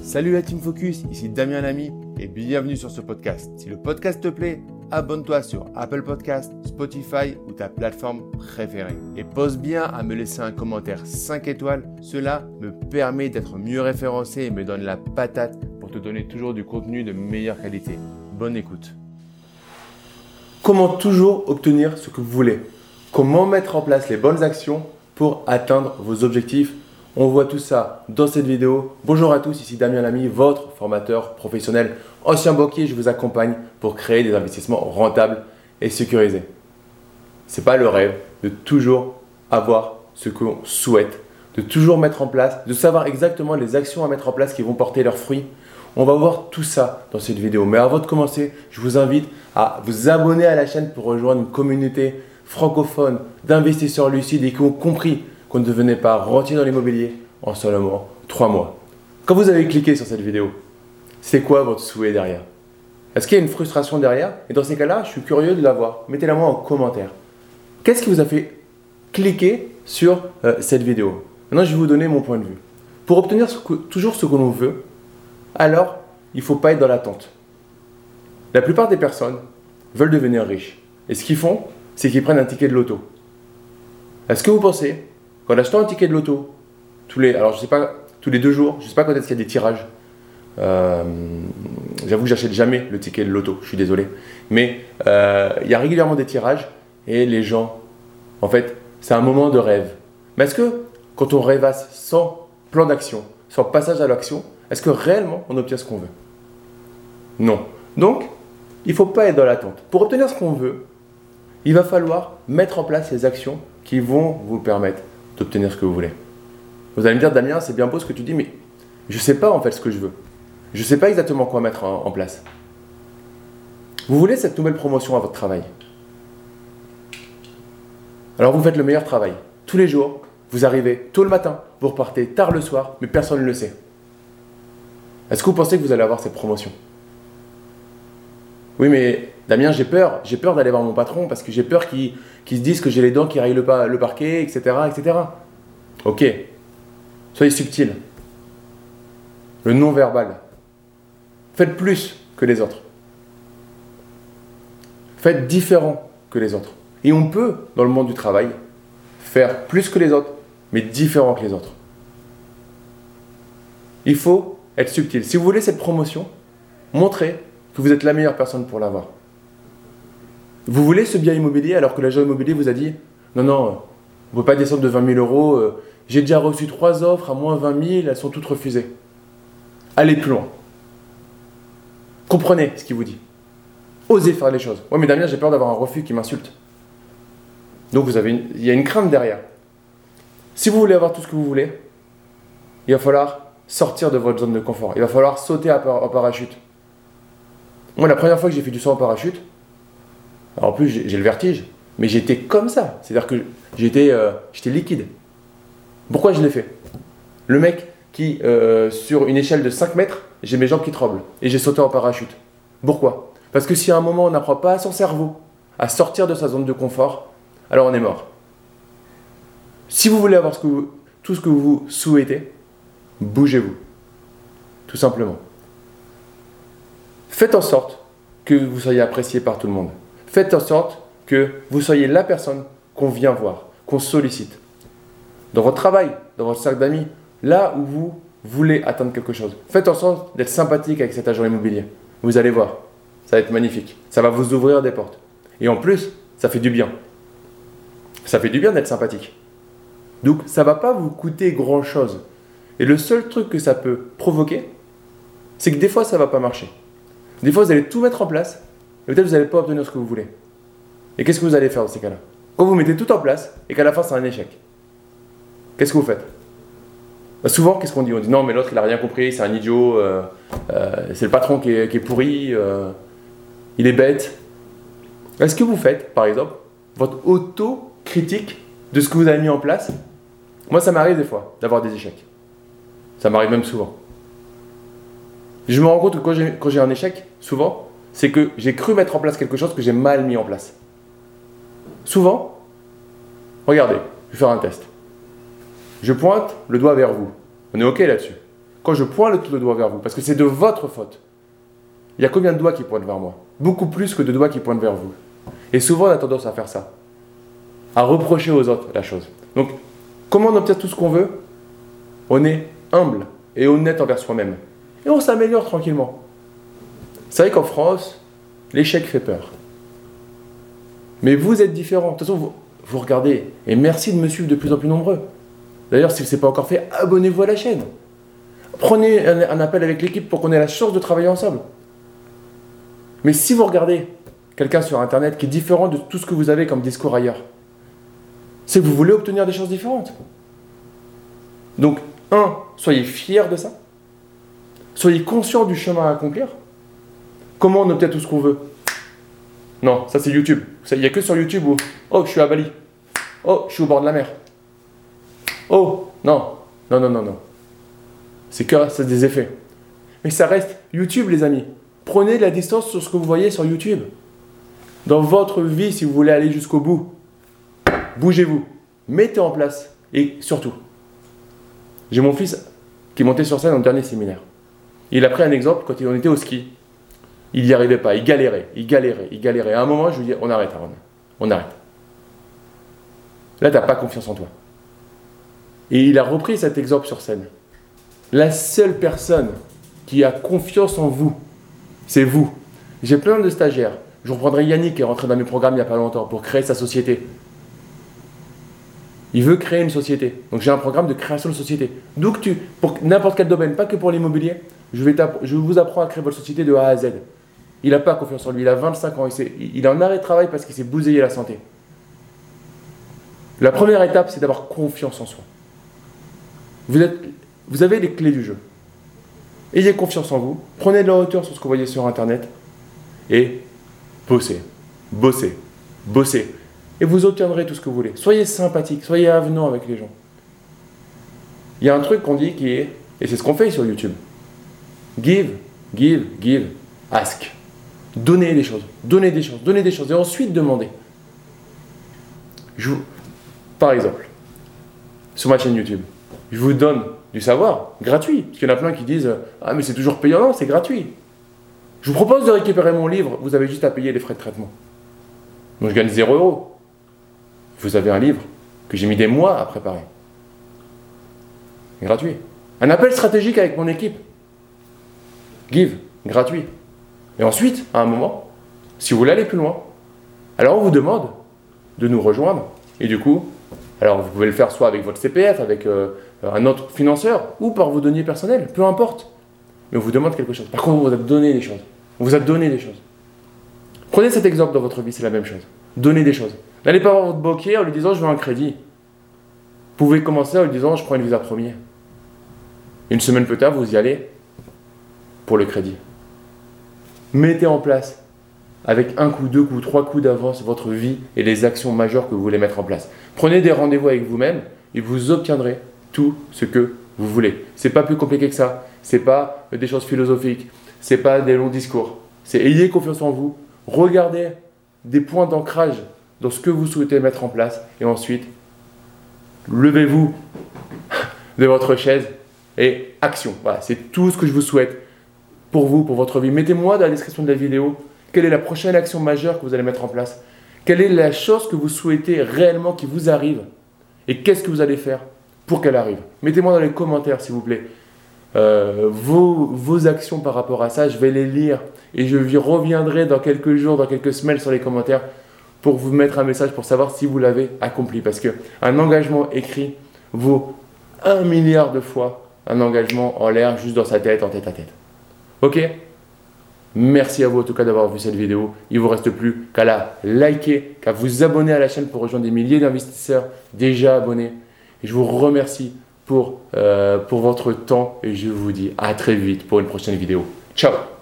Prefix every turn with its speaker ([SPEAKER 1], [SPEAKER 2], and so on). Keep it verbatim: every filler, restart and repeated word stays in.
[SPEAKER 1] Salut la Team Focus, ici Damien Lamy et bienvenue sur ce podcast. Si le podcast te plaît, abonne-toi sur Apple Podcasts, Spotify ou ta plateforme préférée. Et pose bien à me laisser un commentaire cinq étoiles, cela me permet d'être mieux référencé et me donne la patate pour te donner toujours du contenu de meilleure qualité. Bonne écoute. Comment toujours obtenir ce que vous voulez? Comment mettre en place les bonnes actions pour atteindre vos objectifs? On voit tout ça dans cette vidéo. Bonjour à tous, ici Damien Lamy, votre formateur professionnel, ancien banquier. Je vous accompagne pour créer des investissements rentables et sécurisés. Ce n'est pas le rêve de toujours avoir ce qu'on souhaite, de toujours mettre en place, de savoir exactement les actions à mettre en place qui vont porter leurs fruits. On va voir tout ça dans cette vidéo. Mais avant de commencer, je vous invite à vous abonner à la chaîne pour rejoindre une communauté francophone d'investisseurs lucides et qui ont compris qu'on ne devenait pas rentier dans l'immobilier en seulement trois mois. Quand vous avez cliqué sur cette vidéo, c'est quoi votre souhait derrière? Est-ce qu'il y a une frustration derrière? Et dans ces cas-là, je suis curieux de la voir. Mettez-la moi en commentaire. Qu'est-ce qui vous a fait cliquer sur euh, cette vidéo? Maintenant, je vais vous donner mon point de vue. Pour obtenir ce que, toujours ce que l'on veut, alors il ne faut pas être dans l'attente. La plupart des personnes veulent devenir riches. Et ce qu'ils font, c'est qu'ils prennent un ticket de loto. Est-ce que vous pensez qu'en achetant un ticket de loto, tous les, alors je sais pas, tous les deux jours, je ne sais pas quand est-ce qu'il y a des tirages, euh, j'avoue que j'achète jamais le ticket de loto, je suis désolé, mais euh, il y a régulièrement des tirages et les gens, en fait, c'est un moment de rêve. Mais est-ce que quand on rêvasse sans plan d'action, sans passage à l'action, est-ce que réellement on obtient ce qu'on veut? Non. Donc, il ne faut pas être dans l'attente. Pour obtenir ce qu'on veut, il va falloir mettre en place les actions qui vont vous permettre d'obtenir ce que vous voulez. Vous allez me dire, Damien, c'est bien beau ce que tu dis, mais je ne sais pas en fait ce que je veux. Je ne sais pas exactement quoi mettre en, en place. Vous voulez cette nouvelle promotion à votre travail. Alors vous faites le meilleur travail. Tous les jours, vous arrivez tôt le matin, vous repartez tard le soir, mais personne ne le sait. Est-ce que vous pensez que vous allez avoir cette promotion? Oui, mais Damien, j'ai peur. J'ai peur d'aller voir mon patron parce que j'ai peur qu'il qu'il se dise que j'ai les dents qui rayent le, pa- le parquet, et cetera, et cetera. Ok. Soyez subtil. Le non-verbal. Faites plus que les autres. Faites différent que les autres. Et on peut, dans le monde du travail, faire plus que les autres, mais différent que les autres. Il faut être subtil. Si vous voulez cette promotion, montrez que vous êtes la meilleure personne pour l'avoir. Vous voulez ce bien immobilier alors que l'agent immobilier vous a dit « Non, non, on ne peut pas descendre de vingt mille euros. Euh, j'ai déjà reçu trois offres à moins vingt mille, elles sont toutes refusées. » Allez plus loin. Comprenez ce qu'il vous dit. Osez faire les choses. « Ouais, mais Damien, j'ai peur d'avoir un refus qui m'insulte. » Donc, vous avez une, il y a une crainte derrière. Si vous voulez avoir tout ce que vous voulez, il va falloir sortir de votre zone de confort. Il va falloir sauter en parachute. Moi, la première fois que j'ai fait du saut en parachute, alors en plus j'ai, j'ai le vertige, mais j'étais comme ça. C'est-à-dire que j'étais, euh, j'étais liquide. Pourquoi je l'ai fait? Le mec qui, euh, sur une échelle de cinq mètres, j'ai mes jambes qui tremblent et j'ai sauté en parachute. Pourquoi? Parce que si à un moment on n'apprend pas à son cerveau à sortir de sa zone de confort, alors on est mort. Si vous voulez avoir ce que vous, tout ce que vous souhaitez, bougez-vous. Tout simplement. Faites en sorte que vous soyez apprécié par tout le monde. Faites en sorte que vous soyez la personne qu'on vient voir, qu'on sollicite. Dans votre travail, dans votre cercle d'amis, là où vous voulez atteindre quelque chose. Faites en sorte d'être sympathique avec cet agent immobilier. Vous allez voir, ça va être magnifique. Ça va vous ouvrir des portes. Et en plus, ça fait du bien. Ça fait du bien d'être sympathique. Donc, ça ne va pas vous coûter grand-chose. Et le seul truc que ça peut provoquer, c'est que des fois, ça ne va pas marcher. Des fois, vous allez tout mettre en place et peut-être vous n'allez pas obtenir ce que vous voulez. Et qu'est-ce que vous allez faire dans ces cas-là? Quand vous mettez tout en place et qu'à la fin, c'est un échec, qu'est-ce que vous faites? Bah souvent, qu'est-ce qu'on dit? On dit non, mais l'autre, il n'a rien compris, c'est un idiot, euh, euh, c'est le patron qui est, qui est pourri, euh, il est bête. Est-ce que vous faites, par exemple, votre auto-critique de ce que vous avez mis en place? Moi, ça m'arrive des fois d'avoir des échecs. Ça m'arrive même souvent. Je me rends compte que quand j'ai, quand j'ai un échec, souvent, c'est que j'ai cru mettre en place quelque chose que j'ai mal mis en place. Souvent, regardez, je vais faire un test. Je pointe le doigt vers vous. On est OK là-dessus.
[SPEAKER 2] quand je pointe le doigt vers vous, parce que c'est de votre faute. Il y a combien de doigts qui pointent vers moi? Beaucoup plus que de doigts qui pointent vers vous. Et souvent, on a tendance à faire ça, à reprocher aux autres la chose. Donc, comment on obtient tout ce qu'on veut? On est humble et honnête envers soi-même. Et on s'améliore tranquillement. C'est vrai qu'en France, l'échec fait peur. Mais vous êtes différents. De toute façon, vous, vous regardez. Et merci de me suivre de plus en plus nombreux. D'ailleurs, si ce n'est pas encore fait, abonnez-vous à la chaîne. Prenez un, un appel avec l'équipe pour qu'on ait la chance de travailler ensemble. Mais si vous regardez quelqu'un sur Internet qui est différent de tout ce que vous avez comme discours ailleurs, c'est que vous voulez obtenir des choses différentes. Donc, un, soyez fiers de ça. Soyez conscients du chemin à accomplir. Comment on obtient tout ce qu'on veut? Non, ça c'est YouTube. Il n'y a que sur YouTube où, oh, je suis à Bali. Oh, je suis au bord de la mer. Oh, non, non, non, non, non. C'est que c'est des effets. Mais ça reste YouTube, les amis. Prenez de la distance sur ce que vous voyez sur YouTube. Dans votre vie, si vous voulez aller jusqu'au bout, bougez-vous. Mettez en place. Et surtout, j'ai mon fils qui est monté sur scène dans le dernier séminaire. Il a pris un exemple quand on était au ski. Il n'y arrivait pas, il galérait, il galérait, il galérait. À un moment, je lui dis, on arrête, Aaron. On arrête. Là, tu n'as pas confiance en toi. Et il a repris cet exemple sur scène. La seule personne qui a confiance en vous, c'est vous. J'ai plein de stagiaires. Je reprendrai Yannick qui est rentré dans mes programmes il n'y a pas longtemps pour créer sa société. Il veut créer une société. Donc j'ai un programme de création de société. Donc tu, pour n'importe quel domaine, pas que pour l'immobilier, je, vais je vous apprends à créer votre société de A à Z. Il n'a pas confiance en lui, il a vingt-cinq ans, il, il est en arrêt de travail parce qu'il s'est bousillé la santé. La première étape, c'est d'avoir confiance en soi. Vous, êtes, vous avez les clés du jeu. Ayez confiance en vous, prenez de la hauteur sur ce que vous voyez sur Internet et bossez, bossez, bossez. Et vous obtiendrez tout ce que vous voulez. Soyez sympathique, soyez avenant avec les gens. Il y a un truc qu'on dit qui est, et c'est ce qu'on fait sur YouTube, give, give, give, ask. Donnez des choses, donnez des choses, donnez des choses, et ensuite demandez. Je vous, par exemple, sur ma chaîne YouTube, je vous donne du savoir gratuit. Parce qu'il y en a plein qui disent « Ah, mais c'est toujours payant. » Non, c'est gratuit. Je vous propose de récupérer mon livre, vous avez juste à payer les frais de traitement. Donc je gagne zéro euro. Vous avez un livre que j'ai mis des mois à préparer. Gratuit. Un appel stratégique avec mon équipe. Give, gratuit. Et ensuite, à un moment, si vous voulez aller plus loin, alors on vous demande de nous rejoindre. Et du coup, alors vous pouvez le faire soit avec votre C P F, avec euh, un autre financeur, ou par vos deniers personnels, peu importe. Mais on vous demande quelque chose. Par contre, on vous a donné des choses. On vous a donné des choses. Prenez cet exemple dans votre vie, c'est la même chose. Donnez des choses. N'allez pas voir votre banquier en lui disant « je veux un crédit ». Vous pouvez commencer en lui disant « je prends une visa premier ». Une semaine plus tard, vous y allez pour le crédit. Mettez en place, avec un coup, deux coups, trois coups d'avance, votre vie et les actions majeures que vous voulez mettre en place. Prenez des rendez-vous avec vous-même et vous obtiendrez tout ce que vous voulez. Ce n'est pas plus compliqué que ça. Ce n'est pas des choses philosophiques. Ce n'est pas des longs discours. C'est ayez confiance en vous. Regardez des points d'ancrage dans ce que vous souhaitez mettre en place. Et ensuite, levez-vous de votre chaise et action. Voilà, c'est tout ce que je vous souhaite pour vous, pour votre vie. Mettez-moi dans la description de la vidéo quelle est la prochaine action majeure que vous allez mettre en place. Quelle est la chose que vous souhaitez réellement qui vous arrive et qu'est-ce que vous allez faire pour qu'elle arrive. Mettez-moi dans les commentaires, s'il vous plaît, euh, vos, vos actions par rapport à ça. Je vais les lire et je reviendrai dans quelques jours, dans quelques semaines sur les commentaires pour vous mettre un message pour savoir si vous l'avez accompli. Parce qu'un engagement écrit vaut un milliard de fois un engagement en l'air, juste dans sa tête, en tête à tête. Ok ? Merci à vous en tout cas d'avoir vu cette vidéo. Il ne vous reste plus qu'à la liker, qu'à vous abonner à la chaîne pour rejoindre des milliers d'investisseurs déjà abonnés. Et je vous remercie pour, euh, pour votre temps et je vous dis à très vite pour une prochaine vidéo. Ciao!